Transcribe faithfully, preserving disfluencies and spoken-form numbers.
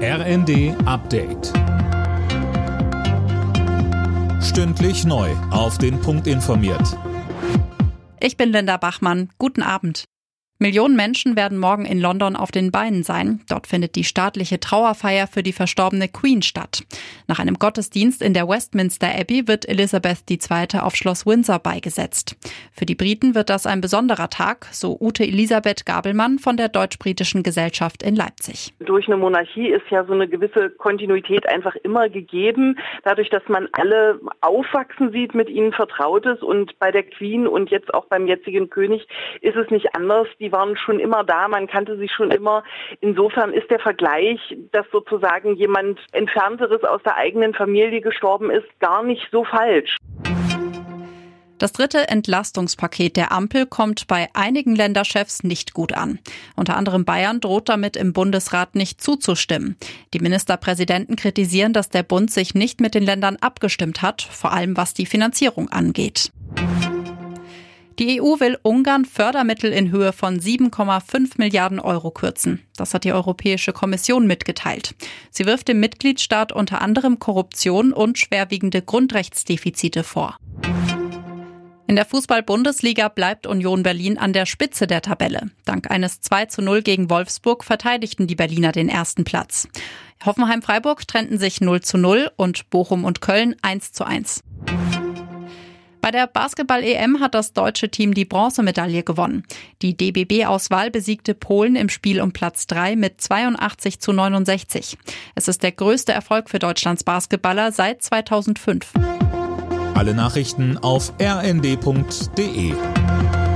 R N D Update. Stündlich neu auf den Punkt informiert. Ich bin Linda Bachmann. Guten Abend. Millionen Menschen werden morgen in London auf den Beinen sein. Dort findet die staatliche Trauerfeier für die verstorbene Queen statt. Nach einem Gottesdienst in der Westminster Abbey wird Elisabeth die Zweite auf Schloss Windsor beigesetzt. Für die Briten wird das ein besonderer Tag, so Ute Elisabeth Gabelmann von der Deutsch-Britischen Gesellschaft in Leipzig. Durch eine Monarchie ist ja so eine gewisse Kontinuität einfach immer gegeben. Dadurch, dass man alle aufwachsen sieht, mit ihnen vertraut ist, und bei der Queen und jetzt auch beim jetzigen König ist es nicht anders. Die waren schon immer da, man kannte sie schon immer. Insofern ist der Vergleich, dass sozusagen jemand Entfernteres aus der eigenen Familie gestorben ist, gar nicht so falsch. Das dritte Entlastungspaket der Ampel kommt bei einigen Länderchefs nicht gut an. Unter anderem Bayern droht damit im Bundesrat nicht zuzustimmen. Die Ministerpräsidenten kritisieren, dass der Bund sich nicht mit den Ländern abgestimmt hat, vor allem was die Finanzierung angeht. Die E U will Ungarn Fördermittel in Höhe von sieben Komma fünf Milliarden Euro kürzen. Das hat die Europäische Kommission mitgeteilt. Sie wirft dem Mitgliedstaat unter anderem Korruption und schwerwiegende Grundrechtsdefizite vor. In der Fußball-Bundesliga bleibt Union Berlin an der Spitze der Tabelle. Dank eines zwei zu null gegen Wolfsburg verteidigten die Berliner den ersten Platz. Hoffenheim-Freiburg trennten sich null zu null und Bochum und Köln eins zu eins. Bei der Basketball-E M hat das deutsche Team die Bronzemedaille gewonnen. Die D B B-Auswahl besiegte Polen im Spiel um Platz drei mit zweiundachtzig zu neunundsechzig. Es ist der größte Erfolg für Deutschlands Basketballer seit zweitausendfünf. Alle Nachrichten auf r n d punkt d e.